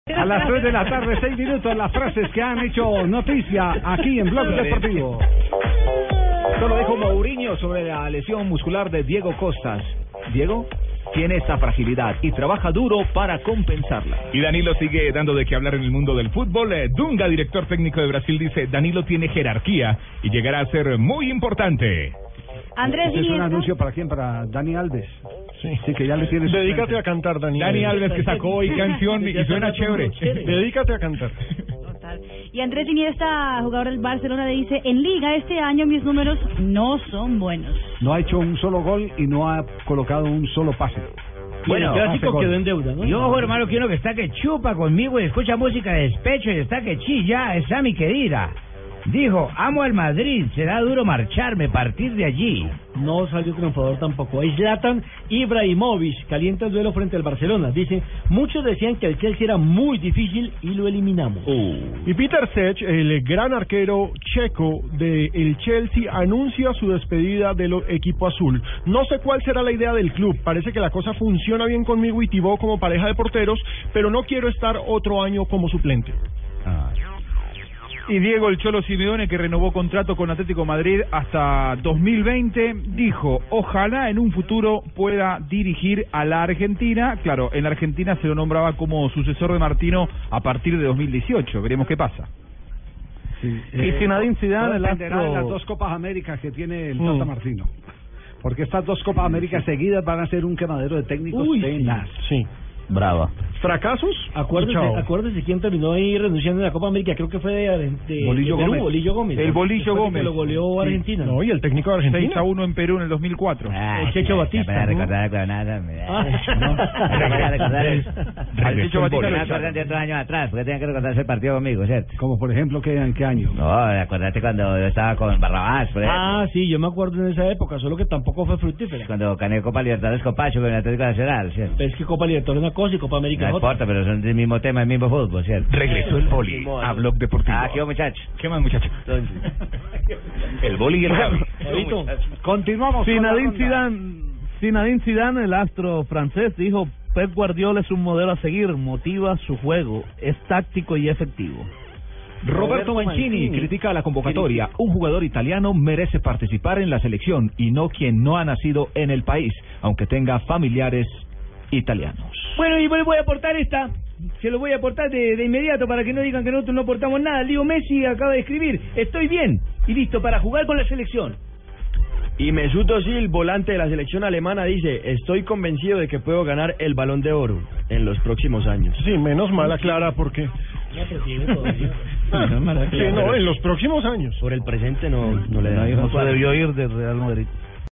A las 3 de la tarde, 6 minutos, las frases que han hecho noticia aquí en Blog Deportivo. Esto lo dijo Mourinho sobre la lesión muscular de Diego Costas. Diego tiene esta fragilidad y trabaja duro para compensarla. Y Danilo sigue dando de qué hablar en el mundo del fútbol. Dunga, director técnico de Brasil, dice: Danilo tiene jerarquía y llegará a ser muy importante. Andrés ¿Es un anuncio para quién? Para Dani Alves. Sí, que ya le tienes. Dedícate a cantar, Dani. Dani Alves, que sacó hoy canción y suena chévere. Dedícate a cantar. Y Andrés Iniesta, jugador del Barcelona, le dice: en Liga este año mis números no son buenos. No ha hecho un solo gol y no ha colocado un solo pase. Bueno, el clásico quedó en deuda, ¿no? Yo, hermano, quiero que está que chupa conmigo y escucha música de despecho y está que chilla, esa mi querida. Dijo: amo al Madrid, será duro marcharme, partir de allí. No salió triunfador tampoco. Zlatan Ibrahimovic calienta el duelo frente al Barcelona. Dice: muchos decían que el Chelsea era muy difícil y lo eliminamos. Y Peter Cech, el gran arquero checo del Chelsea, anuncia su despedida del equipo azul. No sé cuál será la idea del club. Parece que la cosa funciona bien conmigo y Thibaut como pareja de porteros, pero no quiero estar otro año como suplente. Y Diego el Cholo Simeone, que renovó contrato con Atlético Madrid hasta 2020, dijo: ojalá en un futuro pueda dirigir a la Argentina. Claro, en la Argentina se lo nombraba como sucesor de Martino a partir de 2018. Veremos qué pasa. Sí, y Zinedine Zidane, el dependerá de las dos Copas Américas que tiene el Tata Martino. Porque estas dos Copas Américas seguidas van a ser un quemadero de técnicos tenaz. Sí. Brava. ¿Fracasos? Acuérdese quién terminó ahí renunciando en la Copa América. Creo que fue de Bolillo Perú, Gómez. Bolillo Gómez. El Bolillo Gómez. Que lo goleó Argentina. No, y el técnico de Argentina. 6-1 en Perú en el 2004. El Checho Batista. Para recordar nada. Al Checho Batista me acuerdan de otros años atrás, porque tenían que recordarse el partido conmigo, ¿cierto? Como por ejemplo, ¿en qué año? No, acordate cuando yo estaba con Barrabás, por ejemplo. Ah, sí, yo me acuerdo en esa época, solo que tampoco fue fructífera. Cuando gané Copa Libertadores con Pacho con el Atlético Nacional, ¿cierto? Es que Copa Libertadores es una cosa y Copa América es no otra. importa, pero son del mismo tema, el mismo fútbol, ¿cierto? Regresó el boli a Blog Deportivo. Ah, ¿qué muchacho? ¿Qué más, muchacho? El boli y el Javi. Continuamos. Zinedine Zidane, el astro francés, dijo: Pep Guardiola es un modelo a seguir, motiva su juego, es táctico y efectivo. Roberto Mancini critica la convocatoria. Un jugador italiano merece participar en la selección y no quien no ha nacido en el país, aunque tenga familiares italianos. Bueno, y voy a aportar esta. Se lo voy a aportar de inmediato para que no digan que nosotros no aportamos nada. Leo Messi acaba de escribir: estoy bien y listo para jugar con la selección. Y Mesut Özil, volante de la selección alemana, dice: estoy convencido de que puedo ganar el Balón de Oro en los próximos años. Sí, menos mal aclara porque... Sí, no, en los próximos años. Por el presente no le da. No se debió ir del Real Madrid.